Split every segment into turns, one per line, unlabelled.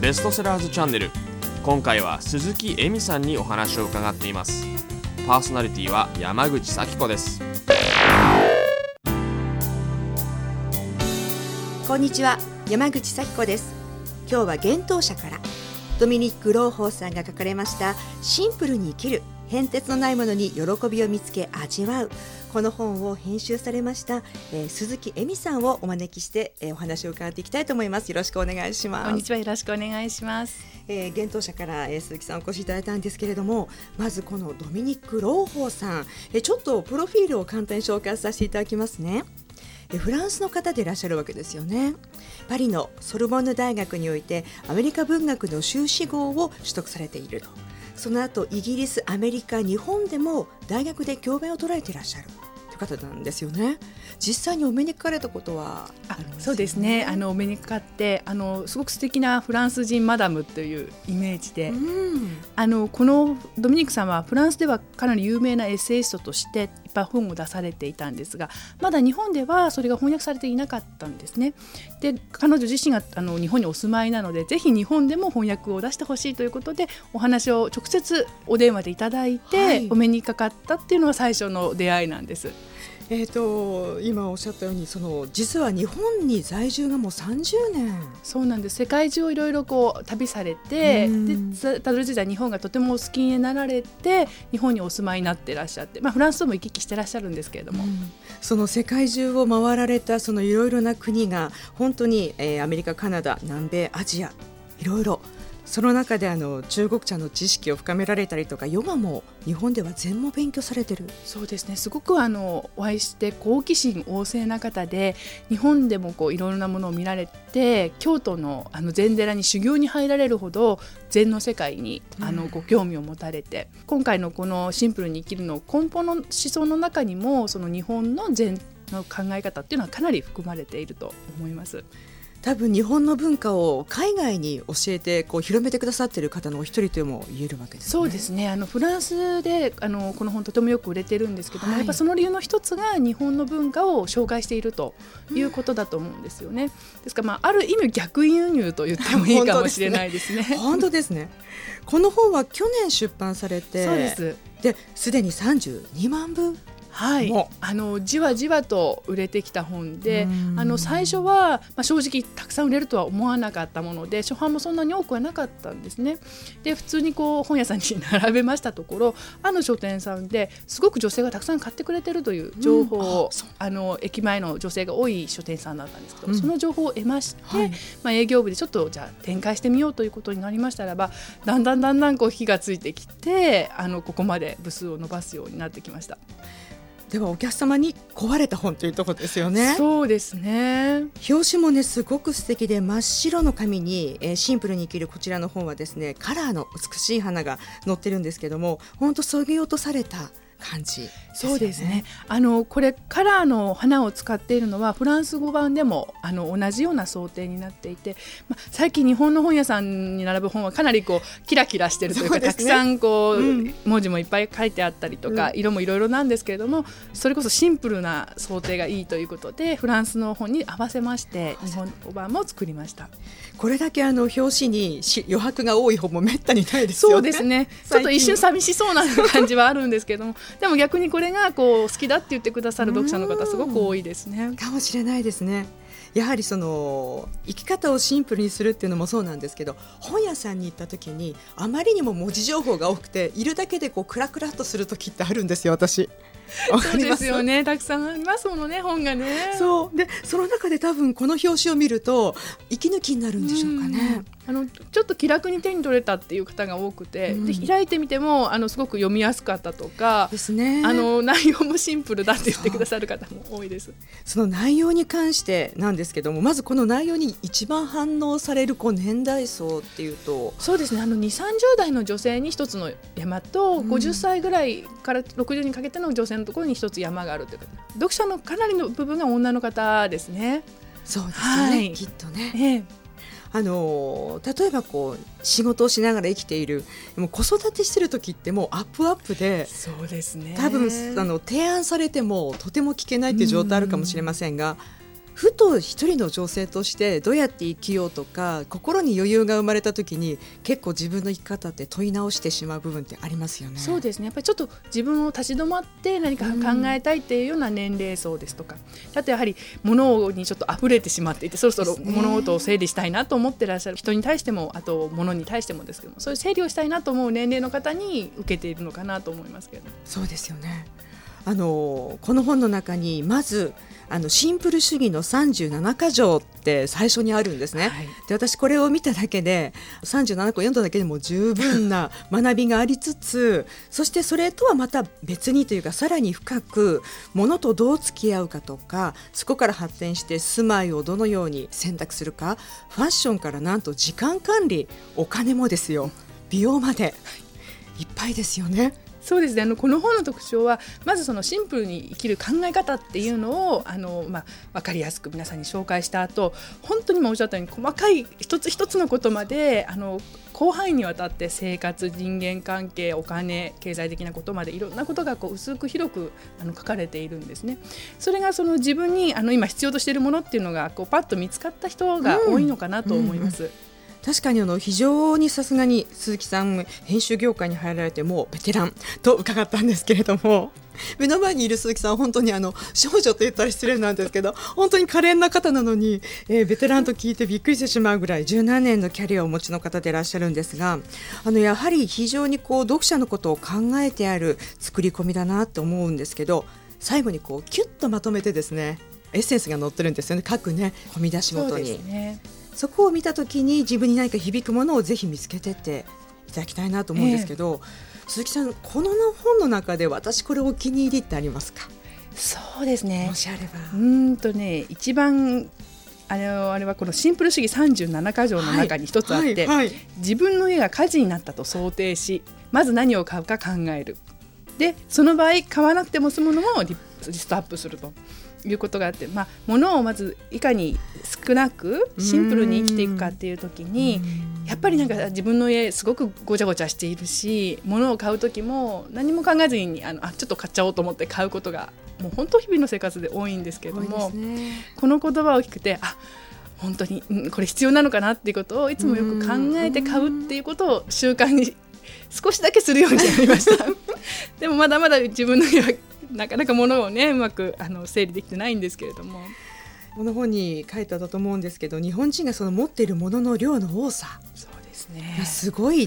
ベストセラーズチャンネル。今回は鈴木恵美さんにお話を伺っています。パーソナリティは山口咲子です。
こんにちは、山口咲子です。今日は幻冬舎からドミニック・ローホーさんが書かれましたシンプルに生きる、変哲のないものに喜びを見つけ味わう、この本を編集されました、鈴木恵美さんをお招きして、お話を伺っていきたいと思います。よろしくお願いします。
こんにちは、よろしくお願いします。
幻冬舎から、鈴木さんお越しいただいたんですけれども、まずこのドミニック・ローホーさん、ちょっとプロフィールを簡単に紹介させていただきますね。フランスの方でいらっしゃるわけですよね。パリのソルボンヌ大学においてアメリカ文学の修士号を取得されていると。その後イギリス、アメリカ、日本でも大学で教鞭を取られていらっしゃるという方なんですよね。実際にお目にかかれたことはあるんですよね。
そうですね、お目にかかってすごく素敵なフランス人マダムというイメージで、このドミニクさんはフランスではかなり有名なエッセイストとしていっぱい本を出されていたんですが、まだ日本ではそれが翻訳されていなかったんですね。で、彼女自身が日本にお住まいなので、ぜひ日本でも翻訳を出してほしいということでお話を直接お電話でいただいて、お目にかかったっていうのが最初の出会いなんです。
今おっしゃったように実は日本に在住がもう30年。
そうなんです。世界中をいろいろ旅されて、でたどり着いた日本がとてもお好きになられて日本にお住まいになっていらっしゃって、フランスとも行き来してらっしゃるんですけれども、
その世界中を回られたそのいろいろな国が本当に、アメリカ、カナダ、南米、アジア、いろいろその中で中国茶の知識を深められたりとか、ヨガも日本では禅も勉強されてる。
そうですね、すごくお会いして好奇心旺盛な方で、日本でもいろいろなものを見られて、京都の禅寺に修行に入られるほど禅の世界にご興味を持たれて、今回のこのシンプルに生きるの根本の思想の中にもその日本の禅の考え方っていうのはかなり含まれていると思います。
多分日本の文化を海外に教えて広めてくださっている方のお一人とも言えるわけですね。
そうですね、フランスでこの本とてもよく売れてるんですけども、やっぱその理由の一つが日本の文化を紹介しているということだと思うんですよね。ですから、ある意味逆輸入と言ってもいいかもしれないですね。
本当ですね。この本は去年出版されて、
そうです。
すでに32万部、
じわじわと売れてきた本で、最初は、正直たくさん売れるとは思わなかったもので、初版もそんなに多くはなかったんですね。で、普通に本屋さんに並べましたところ、書店さんですごく女性がたくさん買ってくれてるという情報を、駅前の女性が多い書店さんだったんですけど、その情報を得まして、営業部でちょっとじゃあ展開してみようということになりましたらば、だんだん火がついてきて、ここまで部数を伸ばすようになってきました。
ではお客様に壊れた本というところですよね。
そうですね。
表紙もね、すごく素敵で、真っ白の紙に、シンプルに生きるこちらの本はですね、カラーの美しい花が載ってるんですけども、本当そぎ落とされた感じですよね。
そうですね。これカラーの花を使っているのはフランス語版でも同じような想定になっていて、最近日本の本屋さんに並ぶ本はかなりキラキラしてるというか、たくさん文字もいっぱい書いてあったりとか、色もいろいろなんですけれども、それこそシンプルな想定がいいということでフランスの本に合わせまして日本語版も作りました。
これだけ表紙に余白が多い本もめったにないですよね。
そうですね。ちょっと一瞬寂しそうな感じはあるんですけども、でも逆にこれが好きだって言ってくださる読者の方すごく多いですね。
かもしれないですね。やはり生き方をシンプルにするっていうのもそうなんですけど、本屋さんに行った時にあまりにも文字情報が多くて、いるだけでクラクラっとする時ってあるんですよ、私。
そうですよね。たくさんありますものね、本がね。
そうで、その中で多分この表紙を見ると息抜きになるんでしょうかね。
ちょっと気楽に手に取れたっていう方が多くて、で開いてみてもすごく読みやすかったとか
ですね。
内容もシンプルだって言ってくださる方も多いです。
その内容に関してなんですけども、まずこの内容に一番反応される年代層っていうと、
そうですね、20、30代の女性に一つの山と、50歳ぐらいから60にかけての女性のところに一つ山があるというか、読者のかなりの部分が女の方ですね。
そうですよね、きっとね。例えば仕事をしながら生きている、もう子育てしてる時ってもうアップで、
そうですね、
多分提案されてもとても聞けないっていう状態あるかもしれませんが、 ふと一人の女性としてどうやって生きようとか心に余裕が生まれた時に結構自分の生き方って問い直してしまう部分ってありますよね。
そうですね、やっぱりちょっと自分を立ち止まって何か考えたいっていうような年齢層ですとか、あとやはり物にちょっと溢れてしまっていてそろそろ物事を整理したいなと思ってらっしゃる人に対してもあと物に対してもですけども、そういう整理をしたいなと思う年齢の方に受けているのかなと思いますけど。
そうですよね。この本の中にまずシンプル主義の37箇条って最初にあるんですね、はい、で私これを見ただけで37個読んだだけでも十分な学びがありつつそしてそれとはまた別にというかさらに深く物とどう付き合うかとかそこから発展して住まいをどのように選択するかファッションからなんと時間管理お金もですよ美容までいっぱいですよね。
そうですね、この本の特徴はまずそのシンプルに生きる考え方っていうのを分かりやすく皆さんに紹介した後本当に今おっしゃったように細かい一つ一つのことまで広範囲にわたって生活人間関係お金経済的なことまでいろんなことが薄く広く書かれているんですね。それがその自分に今必要としているものっていうのがパッと見つかった人が多いのかなと思います、
確かに非常にさすがに鈴木さん編集業界に入られてもうベテランと伺ったんですけれども目の前にいる鈴木さん本当に少女と言ったら失礼なんですけど本当に可憐な方なのに、ベテランと聞いてびっくりしてしまうぐらい十何年のキャリアをお持ちの方でいらっしゃるんですがやはり非常に読者のことを考えてある作り込みだなと思うんですけど最後にキュッとまとめてですねエッセンスが載ってるんですよね各ね込み出しごとに。そうですね、そこを見たときに自分に何か響くものをぜひ見つけてっていただきたいなと思うんですけど、鈴木さんこの本の中で私これお気に入りってありますか？
そうですね、
もしあれば
一番あれはこのシンプル主義37箇条の中に一つあって、自分の家が火事になったと想定しまず何を買うか考えるでその場合買わなくても済むものをリストアップするということがあって、物をまずいかに少なくシンプルに生きていくかっていう時にやっぱりなんか自分の家すごくごちゃごちゃしているし物を買う時も何も考えずにちょっと買っちゃおうと思って買うことがもう本当日々の生活で多いんですけれども、この言葉を聞くて本当に、これ必要なのかなっていうことをいつもよく考えて買うっていうことを習慣に少しだけするようになりましたでもまだまだ自分の家はなかなか物をねうまく整理できてないんですけれども
この本に書いてあったと思うんですけど日本人がその持っているものの量の多さ
そうですね
すごいって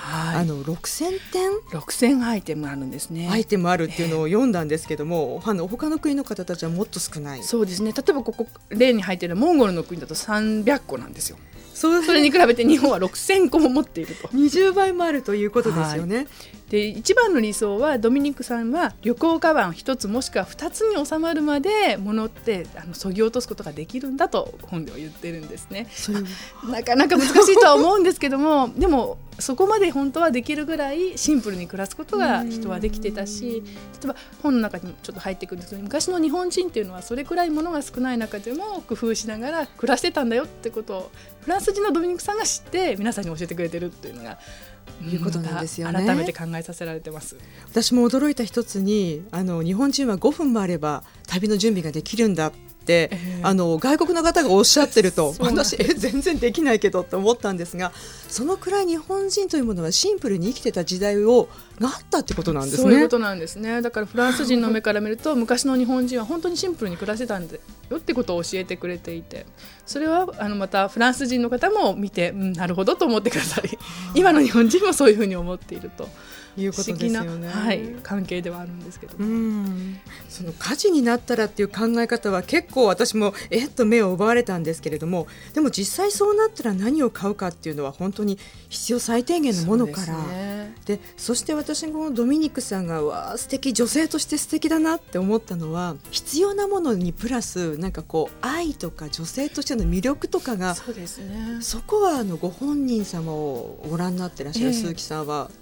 、6000
アイテムあるんですね。
アイテムあるっていうのを読んだんですけども、他の国の方たちはもっと少ない。
そうですね、例えばここ例に入っているモンゴルの国だと300個なんですよ。それに比べて日本は6000個も持っていると
20倍もあるということですよね。
で一番の理想はドミニクさんは旅行カバン1つもしくは2つに収まるまで物って削ぎ落とすことができるんだと本では言ってるんですね。なかなか難しいとは思うんですけどもでもそこまで本当はできるぐらいシンプルに暮らすことが人はできてたし例えば本の中にちょっと入ってくるんですけど昔の日本人っていうのはそれくらい物が少ない中でも工夫しながら暮らしてたんだよってことをフランス人のドミニクさんが知って皆さんに教えてくれてるっていうのが
いうことなんですよね。
改めて考えさせられてます。
私も驚いた一つに日本人は5分もあれば旅の準備ができるんだって外国の方がおっしゃってると私全然できないけどと思ったんですがそのくらい日本人というものはシンプルに生きてた時代があったってことなんですね。
そういうことなんですね。だからフランス人の目から見ると昔の日本人は本当にシンプルに暮らしてたんだよってことを教えてくれていてそれはまたフランス人の方も見て、なるほどと思ってくださり今の日本人もそういうふうに思っていると
いうことですよね。
不思議な、関係ではあるんですけど
その火事になったらっていう考え方は結構私も目を奪われたんですけれどもでも実際そうなったら何を買うかっていうのは本当に必要最低限のものからそして私がこのドミニクさんが素敵女性として素敵だなって思ったのは必要なものにプラスなんか愛とか女性としての魅力とかが そうですね、そこはご本人様をご覧になってらっしゃる鈴木さんは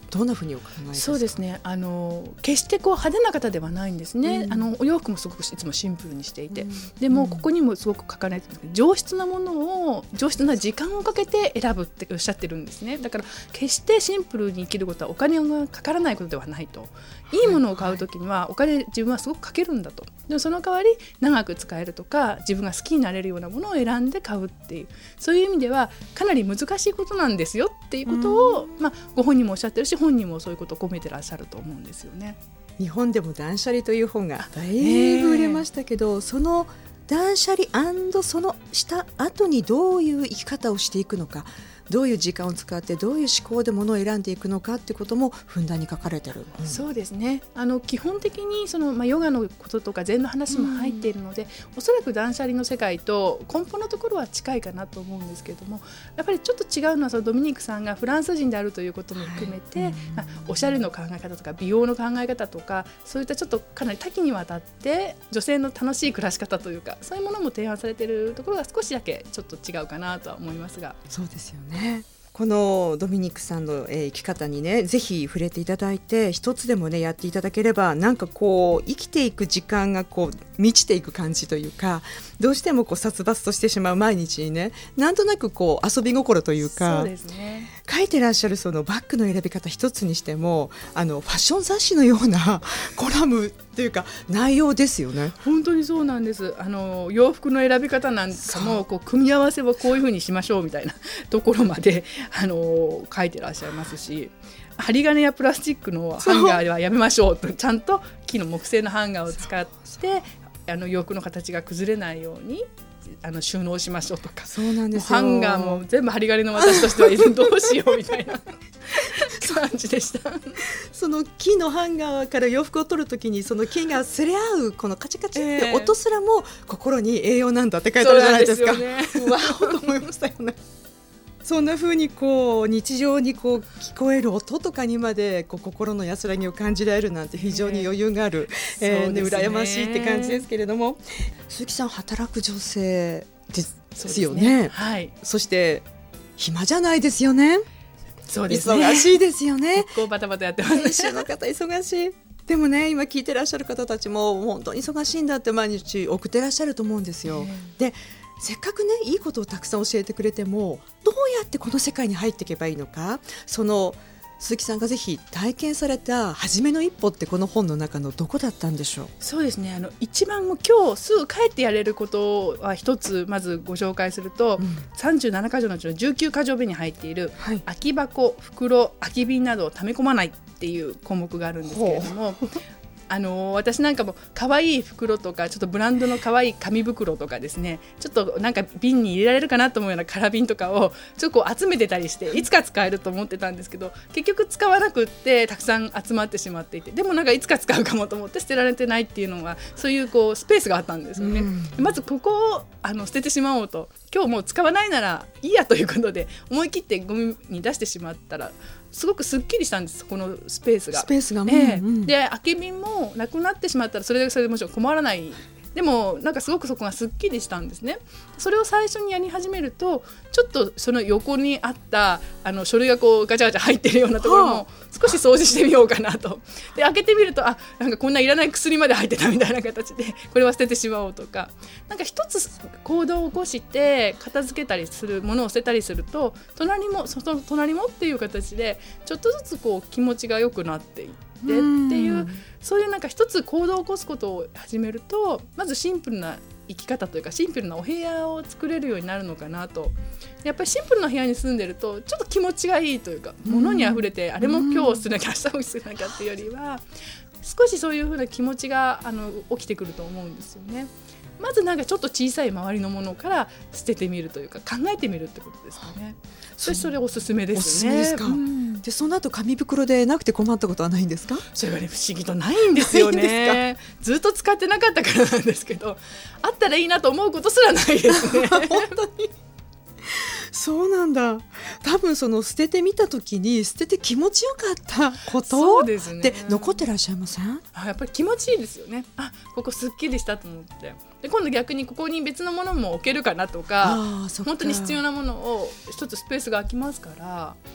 どんなふうにお考えですか？
そうですね、決してこう派手な方ではないんですね、お洋服もすごくいつもシンプルにしていて、でもここにもすごく書かれてるんですけど、上質なものを上質な時間をかけて選ぶっておっしゃってるんですね。だから決してシンプルに生きることはお金がかからないことではないと。いいものを買うときにはお金自分はすごくかけるんだと。でもその代わり長く使えるとか自分が好きになれるようなものを選んで買うっていう、そういう意味ではかなり難しいことなんですよっていうことを、ご本人もおっしゃってるし、本人もそういうことを込めてらっしゃると思うんですよね。
日本でも断捨離という本がだいぶ売れましたけど、その断捨離&そのした後にどういう生き方をしていくのか、どういう時間を使ってどういう思考で物を選んでいくのかってこともふんだんに書かれてる、
そうですね、基本的にその、ヨガのこととか禅の話も入っているので、おそらく断捨離の世界と根本のところは近いかなと思うんですけれども、やっぱりちょっと違うのはそのドミニクさんがフランス人であるということも含めて、おしゃれの考え方とか美容の考え方とか、そういったちょっとかなり多岐にわたって女性の楽しい暮らし方というか、そういうものも提案されているところが少しだけちょっと違うかなとは思いますが。
そうですよね。このドミニクさんの生き方にね、ぜひ触れていただいて、一つでもねやっていただければ、なんかこう生きていく時間がこう満ちていく感じというか、どうしてもこう殺伐としてしまう毎日にね、なんとなくこう遊び心というか、
そうですね、
書いてらっしゃるそのバッグの選び方一つにしても、ファッション雑誌のようなコラムというか内容ですよね。
本当にそうなんです。洋服の選び方なんかもこう組み合わせはこういう風にしましょうみたいなところまで書いてらっしゃいますし、針金やプラスチックのハンガーはやめましょうと、ちゃんと木の木製のハンガーを使って洋服の形が崩れないように収納しましょうとか。
そうなんですよ。
ハンガーも全部針金の私としてはどうしようみたいな感じでした
その木のハンガーから洋服を取るときに、その木がすれ合うこのカチカチって音すらも心に栄養なんだって書いてあるじゃないですか。うわーと思いましたよね。そんな風にこう日常にこう聞こえる音とかにまでこう心の安らぎを感じられるなんて非常に余裕がある、羨ましいって感じですけれども、鈴木さん働く女性ですよね。
はい、
そして暇じゃないですよね。
そうですね、
忙しいですよね。
結構バタバタやってます。
編集の方忙しい。でもね、今聞いてらっしゃる方たちも本当に忙しいんだって毎日送ってらっしゃると思うんですよ。で、せっかくねいいことをたくさん教えてくれても、どうやってこの世界に入っていけばいいのか、その鈴木さんがぜひ体験された初めの一歩ってこの本の中のどこだったんでしょう？
そうですね、一番もう今日すぐ帰ってやれることは一つまずご紹介すると、37箇条のうちの19箇条目に入っている、空き箱、袋、空き瓶などを溜め込まないっていう項目があるんですけれども、私なんかも可愛い袋とかちょっとブランドの可愛い紙袋とかですね、ちょっとなんか瓶に入れられるかなと思うような空瓶とかをちょっとこう集めてたりして、いつか使えると思ってたんですけど、結局使わなくってたくさん集まってしまっていて、でもなんかいつか使うかもと思って捨てられてないっていうのは、そういうこうスペースがあったんですよね。まずここを捨ててしまおうと、今日もう使わないならいいやということで思い切ってゴミに出してしまったら、すごくすっきりしたんです、このスペースが。で、空き瓶もなくなってしまったらそれでもちろん困らない。でもなんかすごくそこがすっきりしたんですね。それを最初にやり始めると、ちょっとその横にあった書類がこうガチャガチャ入ってるようなところも少し掃除してみようかなと。で、開けてみると、なんかこんないらない薬まで入ってたみたいな形で、これは捨ててしまおうとか、なんか一つ行動を起こして片付けたりするものを捨てたりすると、隣もっていう形でちょっとずつこう気持ちが良くなっていってっていう、そういうなんか一つ行動を起こすことを始めると、まずシンプルな生き方というかシンプルなお部屋を作れるようになるのかなと。やっぱりシンプルな部屋に住んでるとちょっと気持ちがいいというか、物にあふれてあれも今日するなきゃ明日もするなきゃっていうよりは、少しそういう風な気持ちが起きてくると思うんですよね。まずなんかちょっと小さい周りのものから捨ててみるというか、考えてみるってことですかね。それおすすめですね。
おすすめですか。で、その後紙袋でなくて困ったことはないんですか？
それはね、不思議とないんですよね。ずっと使ってなかったからなんですけど、あったらいいなと思うことすらないですね
本当にそうなんだ。多分その捨ててみた時に捨てて気持ちよかったこと
そうですね、
で残ってらっしゃいません？
やっぱり気持ちいいですよね。ここすっきりしたと思って、で今度逆にここに別のものも置けるかなとか、本当に必要なものを一つスペースが空きますから、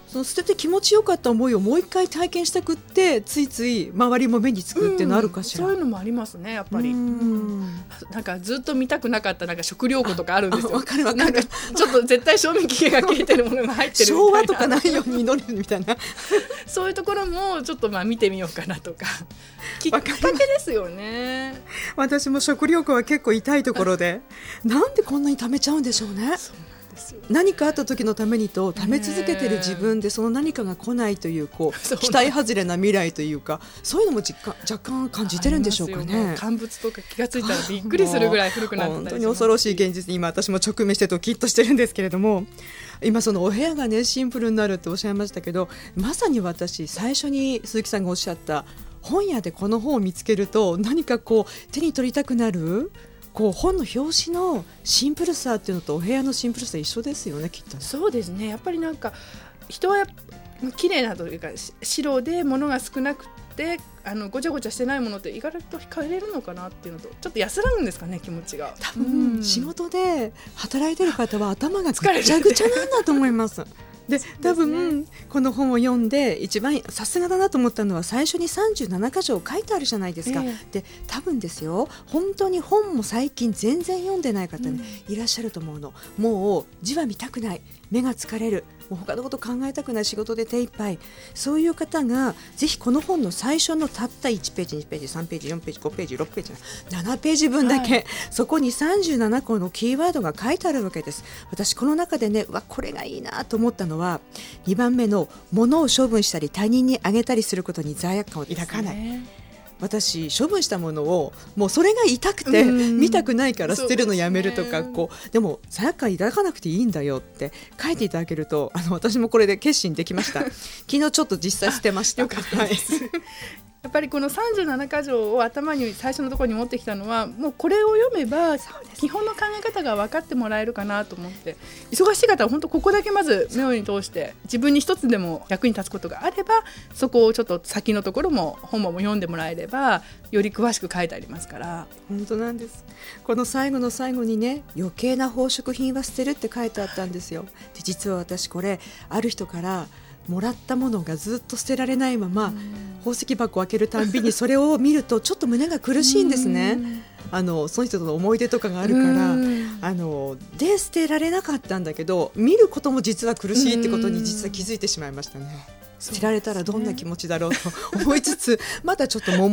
その捨てて気持ちよかった思いをもう一回体験したくってついつい周りも目につくっていうのあるかしら、
そういうのもありますねやっぱり。なんかずっと見たくなかったなんか食料庫とかあるんですよ。
わかるわかる。
なんかちょっと絶対賞味期限が切れてるものが入ってるみたいな
昭和とかないように祈るみたいな
そういうところもちょっと見てみようかなとかきっかけですよね。
私も食料庫は結構痛いところでなんでこんなに貯めちゃうんでしょうね。何かあった時のためにと貯め続けてる自分でその何かが来ないという、期待外れな未来というかそういうのも若干感じてるんでしょうかね。
乾物とか気がついたらびっくりするぐらい古くなってたりします。
本当に恐ろしい現実に今私も直面してドキッとしてるんですけれども、今そのお部屋がねシンプルになるっておっしゃいましたけど、まさに私最初に鈴木さんがおっしゃった本屋でこの本を見つけると何か手に取りたくなる本の表紙のシンプルさっていうのとお部屋のシンプルさ一緒ですよねきっと。
そうですね。やっぱりなんか人は綺麗なというか白で物が少なくてごちゃごちゃしてないものって意外と惹かれるのかなっていうのとちょっと安らぐんですかね気持ちが。
多分、仕事で働いてる方は頭がぐちゃぐちゃなんだと思いますで多分この本を読んで一番さすがだなと思ったのは最初に37箇所書いてあるじゃないですか、で多分ですよ本当に本も最近全然読んでない方、いらっしゃると思うの。もう字は見たくない、目が疲れる、もう他のこと考えたくない、仕事で手一杯、そういう方がぜひこの本の最初のたった1ページ2ページ3ページ4ページ5ページ6ページ7ページ分だけ、そこに37個のキーワードが書いてあるわけです。私この中でねこれがいいなと思ったのは2番目の物を処分したり他人にあげたりすることに罪悪感を抱かない。私処分したものをもうそれが痛くて見たくないから捨てるのやめるとか、でも罪悪感抱かなくていいんだよって書いていただけると私もこれで決心できました昨日ちょっと実際捨てました。
よかったです、やっぱりこの37箇条を頭に最初のところに持ってきたのはもうこれを読めば基本の考え方が分かってもらえるかなと思って、忙しい方は本当ここだけまず目に通して自分に一つでも役に立つことがあればそこをちょっと先のところも本も読んでもらえればより詳しく書いてありますから。
本当なんです。この最後の最後にね余計な宝飾品は捨てるって書いてあったんですよ。で実は私これある人からもらったものがずっと捨てられないまま宝石箱を開けるたんびにそれを見るとちょっと胸が苦しいんですね。その人との思い出とかがあるからで捨てられなかったんだけど見ることも実は苦しいってことに実は気づいてしまいましたね。捨てられたらどんな気持ちだろうと思いつつまだちょっと悶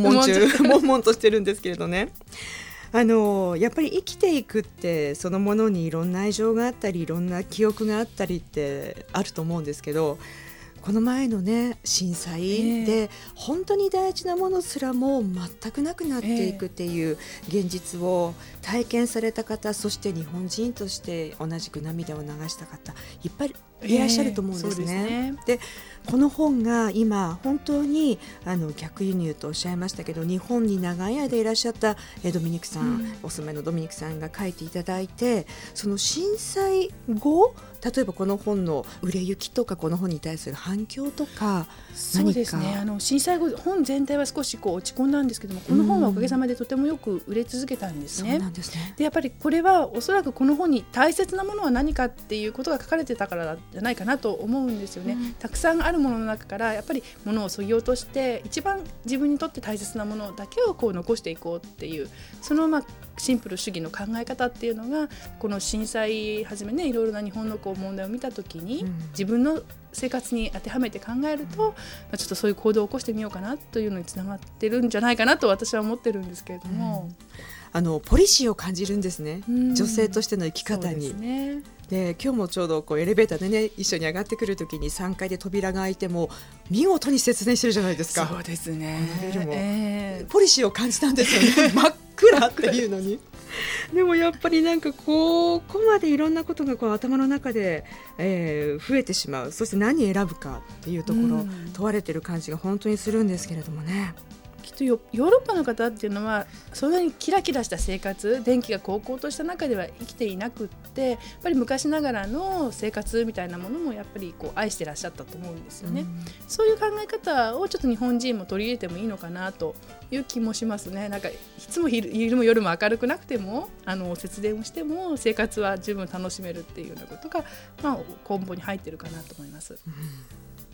々としてるんですけれどね。やっぱり生きていくってそのものにいろんな愛情があったりいろんな記憶があったりってあると思うんですけど、この前のね震災で本当に大事なものすらも全くなくなっていくっていう現実を体験された方、そして日本人として同じく涙を流した方いっぱいいらっしゃると思うんですね。でこの本が今本当に逆輸入とおっしゃいましたけど日本に長い間いらっしゃったドミニクさん、お住まいのドミニクさんが書いていただいて、その震災後例えばこの本の売れ行きとかこの本に対する反響とか
そうですね、震災後本全体は少し落ち込んだんですけどもこの本はおかげさまでとてもよく売れ続けたんですね。
そうなんですね。
でやっぱりこれはおそらくこの本に大切なものは何かっていうことが書かれてたからじゃないかなと思うんですよね、たくさんあるものの中からやっぱりものを削ぎ落として一番自分にとって大切なものだけを残していこうっていうそのシンプル主義の考え方っていうのがこの震災はじめねいろいろな日本の問題を見たときに、自分の生活に当てはめて考えると、ちょっとそういう行動を起こしてみようかなというのにつながってるんじゃないかなと私は思ってるんですけれども、
ポリシーを感じるんですね、女性としての生き方に。そうですね。で今日もちょうどエレベーターでね一緒に上がってくるときに3階で扉が開いても見事に節電してるじゃないですか。
そうですね、
ポリシーを感じたんですよね真っ暗っていうのにでもやっぱりここまでいろんなことが頭の中で、増えてしまう、そして何選ぶかっていうところ、問われてる感じが本当にするんですけれどもね。
きっとヨーロッパの方っていうのはそんなにキラキラした生活、電気が煌々とした中では生きていなくってやっぱり昔ながらの生活みたいなものもやっぱり愛してらっしゃったと思うんですよね、そういう考え方をちょっと日本人も取り入れてもいいのかなという気もしますね。いつも昼も夜も明るくなくても節電をしても生活は十分楽しめるっていうようなことが、根本に入ってるかなと思います。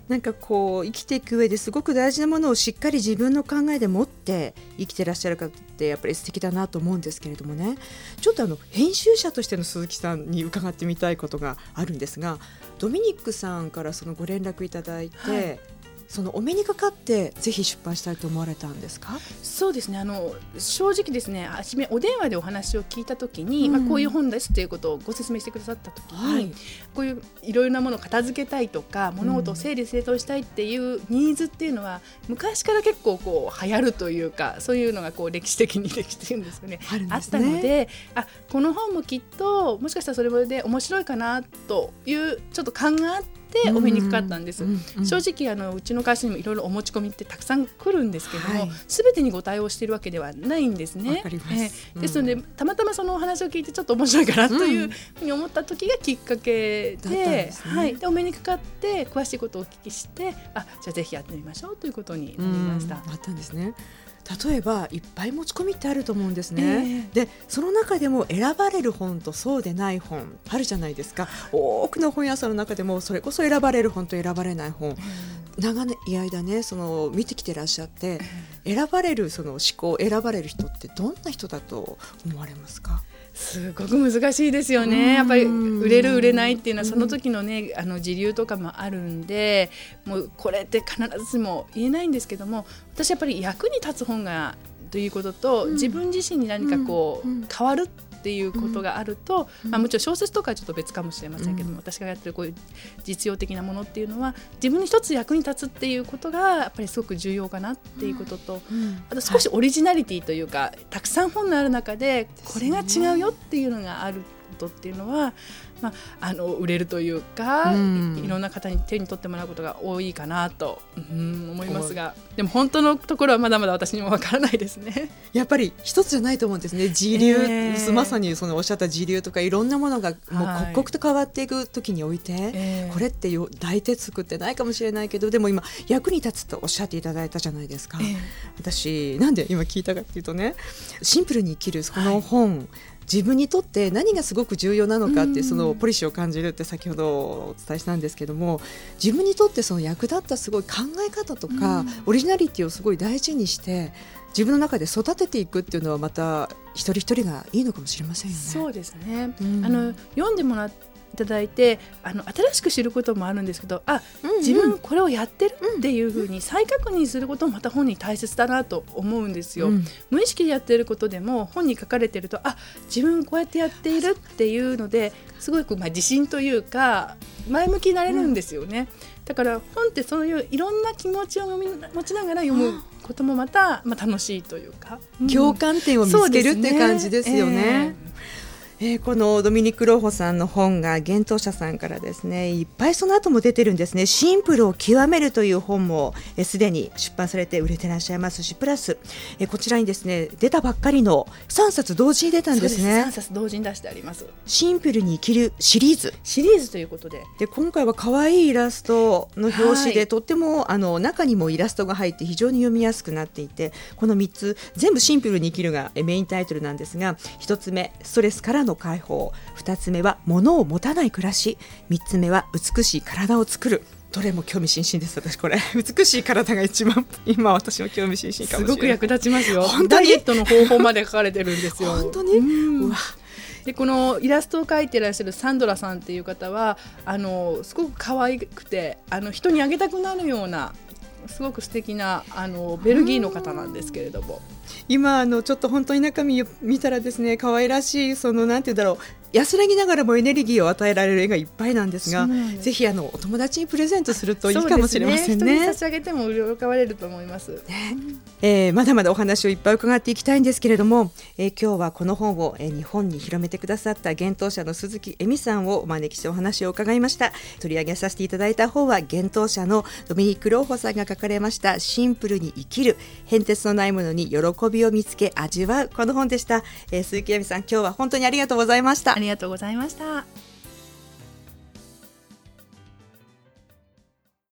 なんかこう生きていく上ですごく大事なものをしっかり自分の考えで持って生きてらっしゃる方ってやっぱり素敵だなと思うんですけれどもね、ちょっと編集者としての鈴木さんに伺ってみたいことがあるんですが、ドミニックさんからそのご連絡いただいて、はい、そのお目にかかってぜひ出版したいと思われたんですか？
そうですね、正直ですね、初めお電話でお話を聞いたときに、こういう本ですということをご説明してくださったときに、はい、こういういろいろなものを片付けたいとか物事を整理整頓したいっていうニーズっていうのは昔から結構こう流行るというか、そういうのがこう歴史的にできてるんですよね。あったので、この本もきっともしかしたらそれで面白いかなというちょっと勘があってお目にかかったんです。正直うちの会社にもいろいろお持ち込みってたくさん来るんですけども、はい、全てにご対応しているわけではないんですね。
わかります。
ですのでたまたまそのお話を聞いてちょっと面白いかなというふうに思った時がきっかけで、はい、でお目にかかって詳しいことをお聞きして、じゃあぜひやってみましょうということになりました。
あったんですね。例えばいっぱい持ち込みってあると思うんですね、でその中でも選ばれる本とそうでない本あるじゃないですか。多くの本屋さんの中でもそれこそ選ばれる本と選ばれない本、長い間ね見てきてらっしゃって、選ばれるその思考、選ばれる人ってどんな人だと思われますか？
すごく難しいですよね。やっぱり売れる売れないっていうのはその時のね時流とかもあるんで、もうこれって必ずしも言えないんですけども、私やっぱり役に立つ本がということと、自分自身に何かこう変わるっていうことがあると、もちろん小説とかはちょっと別かもしれませんけども、私がやってるこういう実用的なものっていうのは自分に一つ役に立つっていうことがやっぱりすごく重要かなっていうことと、あと少しオリジナリティというか、たくさん本のある中でこれが違うよっていうのがあることっていうのは、売れるというか、いろんな方に手に取ってもらうことが多いかなと、思いますが、でも本当のところはまだまだ私にもわからないですね。
やっぱり一つじゃないと思うんですね。時流、まさにそのおっしゃった時流とかいろんなものがもう刻々と変わっていく時において、これって大鉄作ってないかもしれないけど、でも今役に立つとおっしゃっていただいたじゃないですか、私なんで今聞いたかっていうとね、シンプルに生きるこの本、自分にとって何がすごく重要なのかっていうそのポリシーを感じるって先ほどお伝えしたんですけども、自分にとってその役立ったすごい考え方とかオリジナリティをすごい大事にして自分の中で育てていくっていうのはまた一人一人がいいのかもしれませんよね。
そうですね、読んでもらっていただいて新しく知ることもあるんですけど、自分これをやってるっていうふうに再確認することもまた本に大切だなと思うんですよ、無意識でやっていることでも本に書かれていると自分こうやってやっているっていうのですごく自信というか前向きになれるんですよね、だから本ってそういういろんな気持ちを持ちながら読むこともまた、楽しいというか、
共感点を見つけるっていう感じですよね。このドミニク・ローホさんの本が幻冬舎さんからですね、いっぱいその後も出てるんですね。シンプルを極めるという本もすでに出版されて売れてらっしゃいますし、プラスこちらにですね出たばっかりの3冊同時に出たんですね。
3冊同時に出してあります。
シンプルに生きるシリーズ
ということで、
今回は可愛いイラストの表紙で、とっても中にもイラストが入って非常に読みやすくなっていて、この3つ全部シンプルに生きるがメインタイトルなんですが、1つ目ストレスからの解放、2つ目は物を持たない暮らし、3つ目は美しい体を作る。どれも興味津々です。私これ美しい体が一番今私も興味津々かもしれない。
すごく役立ちますよ。ダイエットの方法まで書かれてるんですよ。
本当に、うわ
でこのイラストを描いていらっしゃるサンドラさんっていう方はすごく可愛くて人にあげたくなるようなすごく素敵なベルギーの方なんですけれども、
今ちょっと本当に中身を見たらですね、可愛らしいなんていうんだろう、安らぎながらもエネルギーを与えられる絵がいっぱいなんですが、ぜひお友達にプレゼントするといいかもしれませんね。
人に差し上げても喜ばれると思います、
まだまだお話をいっぱい伺っていきたいんですけれども、今日はこの本を、日本に広めてくださった幻冬舎の鈴木恵美さんをお招きしてお話を伺いました。取り上げさせていただいた本は幻冬舎のドミニク・ローホさんが書かれましたシンプルに生きる、変哲のないものに喜びを見つけ味わう、この本でした。鈴木恵美さん、今日は本当にありがとうございました。
ありがとうございました。